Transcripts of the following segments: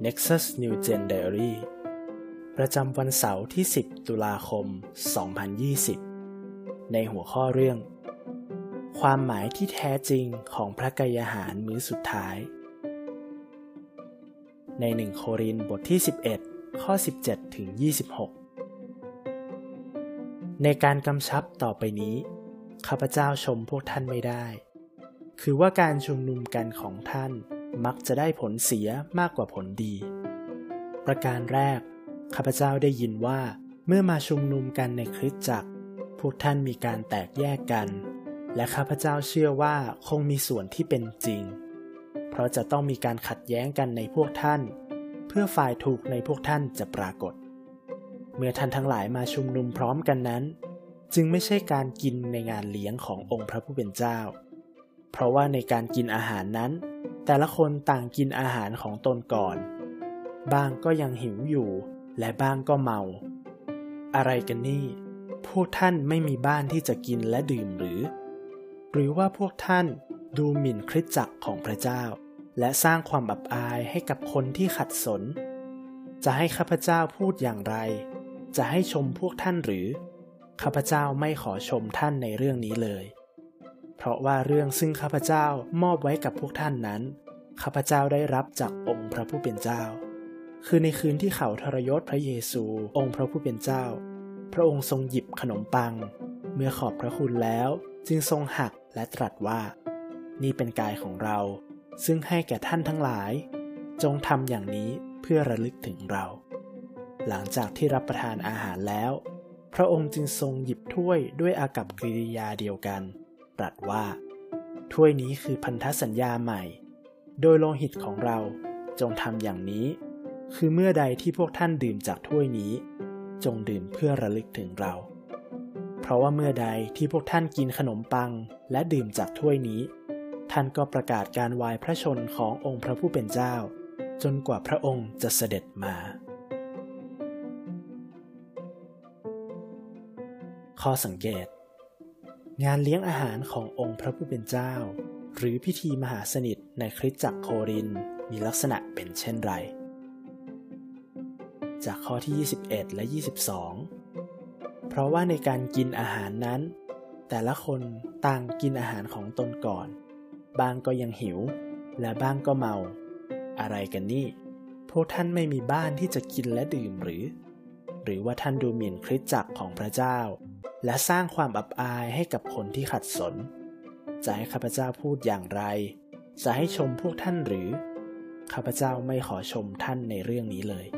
Nexus New Gen Diary ประจำวันเสาร์ที่ 10 ตุลาคม 2020 ในหัวข้อเรื่องความหมายที่แท้จริงของพระกายอาหารมื้อสุดท้ายใน1 โครินธ์บทที่ 11 ข้อ 17 ถึง 26 ในการกำชับต่อไปนี้ข้าพเจ้าชมพวกท่านไม่ได้คือว่าการชุมนุมกันของท่านมักจะได้ผลเสียมากกว่าผลดีประการแรกข้าพเจ้าได้ยินว่าเมื่อมาชุมนุมกันในคริสตจักรพวกท่านมีการแตกแยกกันและข้าพเจ้าเชื่อว่าคงมีส่วนที่เป็นจริงเพราะจะต้องมีการขัดแย้งกันในพวกท่านเพื่อฝ่ายถูกในพวกท่านจะปรากฏเมื่อท่านทั้งหลายมาชุมนุมพร้อมกันนั้นจึงไม่ใช่การกินในงานเลี้ยงขององค์พระผู้เป็นเจ้าเพราะว่าในการกินอาหารนั้นแต่ละคนต่างกินอาหารของตนก่อนบ้างก็ยังหิวอยู่และบ้างก็เมาอะไรกันนี่พวกท่านไม่มีบ้านที่จะกินและดื่มหรือว่าพวกท่านดูหมิ่นคริสตจักรของพระเจ้าและสร้างความอับอายให้กับคนที่ขัดสนจะให้ข้าพเจ้าพูดอย่างไรจะให้ชมพวกท่านหรือข้าพเจ้าไม่ขอชมท่านในเรื่องนี้เลยเพราะว่าเรื่องซึ่งข้าพเจ้ามอบไว้กับพวกท่านนั้นข้าพเจ้าได้รับจากองค์พระผู้เป็นเจ้าคือในคืนที่เขาทรยศพระเยซูองค์พระผู้เป็นเจ้าพระองค์ทรงหยิบขนมปังเมื่อขอบพระคุณแล้วจึงทรงหักและตรัสว่านี่เป็นกายของเราซึ่งให้แก่ท่านทั้งหลายจงทำอย่างนี้เพื่อระลึกถึงเราหลังจากที่รับประทานอาหารแล้วพระองค์จึงทรงหยิบถ้วยด้วยอากัปกิริยาเดียวกันตรัสว่าถ้วยนี้คือพันธสัญญาใหม่โดยโลหิตของเราจงทำอย่างนี้คือเมื่อใดที่พวกท่านดื่มจากถ้วยนี้จงดื่มเพื่อระลึกถึงเราเพราะว่าเมื่อใดที่พวกท่านกินขนมปังและดื่มจากถ้วยนี้ท่านก็ประกาศการวายพระชนขององค์พระผู้เป็นเจ้าจนกว่าพระองค์จะเสด็จมาข้อสังเกตงานเลี้ยงอาหารขององค์พระผู้เป็นเจ้าหรือพิธีมหาสนิทในคริสตจักรโครินธ์มีลักษณะเป็นเช่นไรจากข้อที่21และ22เพราะว่าในการกินอาหารนั้นแต่ละคนต่างกินอาหารของตนก่อนบางก็ยังหิวและบ้างก็เมาอะไรกันนี่พวกท่านไม่มีบ้านที่จะกินและดื่มหรือว่าท่านดูหมิ่นคริสตจักรของพระเจ้าและสร้างความอับอายให้กับคนที่ขัดสนจะให้ข้าพเจ้าพูดอย่างไรจะให้ชมพวกท่านหรือข้าพเจ้าไม่ขอชมท่านในเรื่องนี้เลย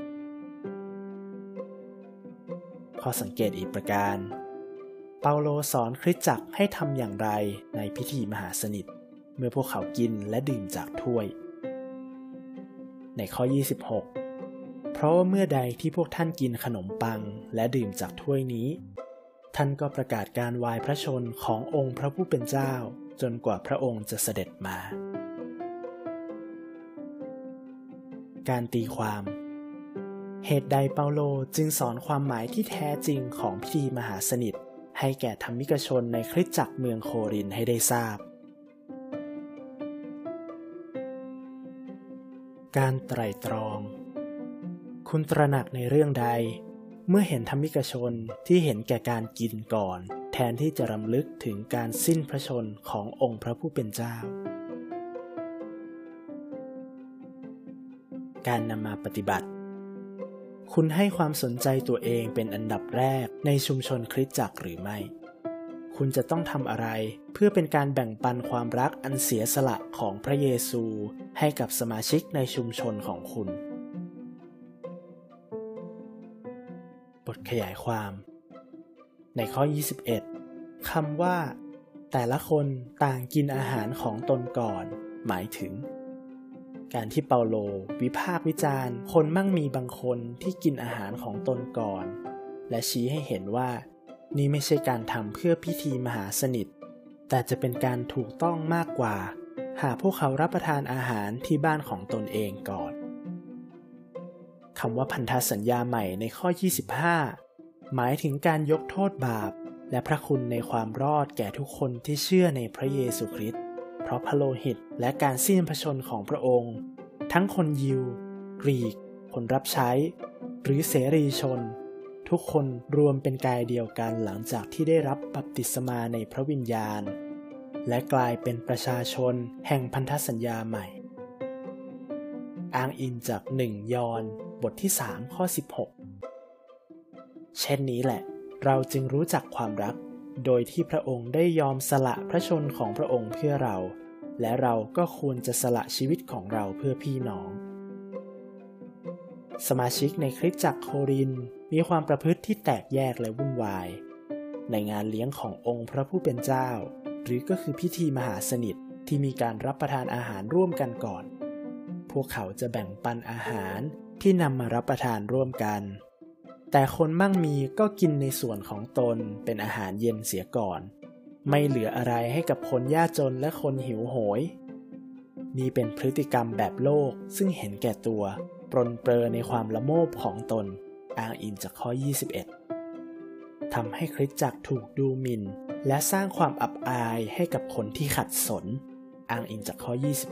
ข้อสังเกตอีกประการเปาโลสอนคริสตจักรให้ทำอย่างไรในพิธีมหาสนิทเมื่อพวกเขากินและดื่มจากถ้วยในข้อ26เพราะว่าเมื่อใดที่พวกท่านกินขนมปังและดื่มจากถ้วยนี้ท่านก็ประกาศการวายพระชนขององค์พระผู้เป็นเจ้าจนกว่าพระองค์จะเสด็จมาการตีความเหตุใดเปาโลจึงสอนความหมายที่แท้จริงของพิธีมหาสนิทให้แก่ธรรมิกชนในคริสตจักรเมืองโครินธ์ให้ได้ทราบการไตร่ตรองคุณตระหนักในเรื่องใดเมื่อเห็นธรรมิกชนที่เห็นแก่การกินก่อนแทนที่จะรำลึกถึงการสิ้นพระชนขององค์พระผู้เป็นเจ้าการนำมาปฏิบัติคุณให้ความสนใจตัวเองเป็นอันดับแรกในชุมชนคริสตจักรหรือไม่คุณจะต้องทำอะไรเพื่อเป็นการแบ่งปันความรักอันเสียสละของพระเยซูให้กับสมาชิกในชุมชนของคุณบทขยายความในข้อ21คำว่าแต่ละคนต่างกินอาหารของตนก่อนหมายถึงการที่เปาโลวิพากษ์วิจารณ์คนมั่งมีบางคนที่กินอาหารของตนก่อนและชี้ให้เห็นว่านี่ไม่ใช่การทำเพื่อพิธีมหาสนิทแต่จะเป็นการถูกต้องมากกว่าหากพวกเขารับประทานอาหารที่บ้านของตนเองก่อนคำว่าพันธสัญญาใหม่ในข้อ25หมายถึงการยกโทษบาปและพระคุณในความรอดแก่ทุกคนที่เชื่อในพระเยซูคริสต์เพราะพระโลหิตและการสิ้นพระชนของพระองค์ทั้งคนยิวกรีกคนรับใช้หรือเสรีชนทุกคนรวมเป็นกายเดียวกันหลังจากที่ได้รับบัพติศมาในพระวิญญาณและกลายเป็นประชาชนแห่งพันธสัญญาใหม่อ้างอิงจาก1 ยอห์นบทที่ 3 ข้อ 16เช่นนี้แหละเราจึงรู้จักความรักโดยที่พระองค์ได้ยอมสละพระชนของพระองค์เพื่อเราและเราก็ควรจะสละชีวิตของเราเพื่อพี่น้องสมาชิกในคริสตจักรโครินธ์มีความประพฤติที่แตกแยกและวุ่นวายในงานเลี้ยงขององค์พระผู้เป็นเจ้าหรือก็คือพิธีมหาสนิทที่มีการรับประทานอาหารร่วมกันก่อนพวกเขาจะแบ่งปันอาหารที่นำมารับประทานร่วมกันแต่คนมั่งมีก็กินในส่วนของตนเป็นอาหารเย็นเสียก่อนไม่เหลืออะไรให้กับคนยากจนและคนหิวโหยนี่เป็นพฤติกรรมแบบโลกซึ่งเห็นแก่ตัวปรนเปรอในความละโมบของตนอ้างอิงจากข้อ 21ทำให้คริสตจักรถูกดูหมิ่นและสร้างความอับอายให้กับคนที่ขัดสนอ้างอิงจากข้อ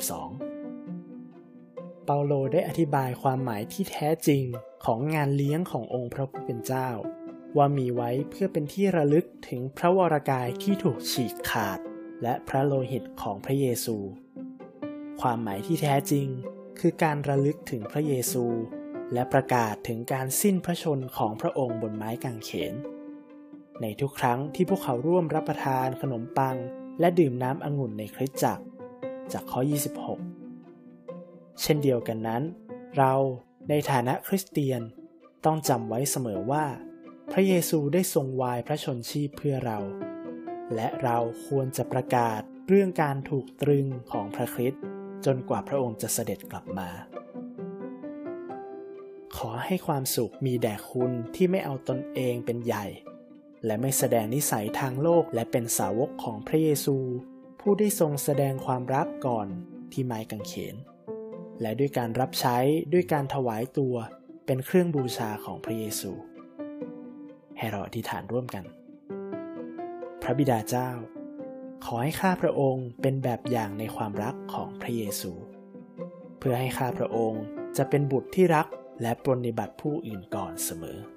22เปาโลได้อธิบายความหมายที่แท้จริงของงานเลี้ยงขององค์พระผู้เป็นเจ้าว่ามีไว้เพื่อเป็นที่ระลึกถึงพระวรกายที่ถูกฉีกขาดและพระโลหิตของพระเยซูความหมายที่แท้จริงคือการระลึกถึงพระเยซูและประกาศถึงการสิ้นพระชนของพระองค์บนไม้กางเขนในทุกครั้งที่พวกเขาร่วมรับประทานขนมปังและดื่มน้ำองุ่นในคริสตจักรจากข้อ 26เช่นเดียวกันนั้นเราในฐานะคริสเตียนต้องจำไว้เสมอว่าพระเยซูได้ทรงวายพระชนชีพเพื่อเราและเราควรจะประกาศเรื่องการถูกตรึงของพระคริสต์จนกว่าพระองค์จะเสด็จกลับมาขอให้ความสุขมีแด่คุณที่ไม่เอาตนเองเป็นใหญ่และไม่แสดงนิสัยทางโลกและเป็นสาวกของพระเยซูผู้ได้ทรงแสดงความรักก่อนที่ไม้กางเขนและด้วยการรับใช้ด้วยการถวายตัวเป็นเครื่องบูชาของพระเยซูให้เราอธิษฐานร่วมกันพระบิดาเจ้าขอให้ข้าพระองค์เป็นแบบอย่างในความรักของพระเยซูเพื่อให้ข้าพระองค์จะเป็นบุตรที่รักและปรนนิบัติผู้อื่นก่อนเสมอ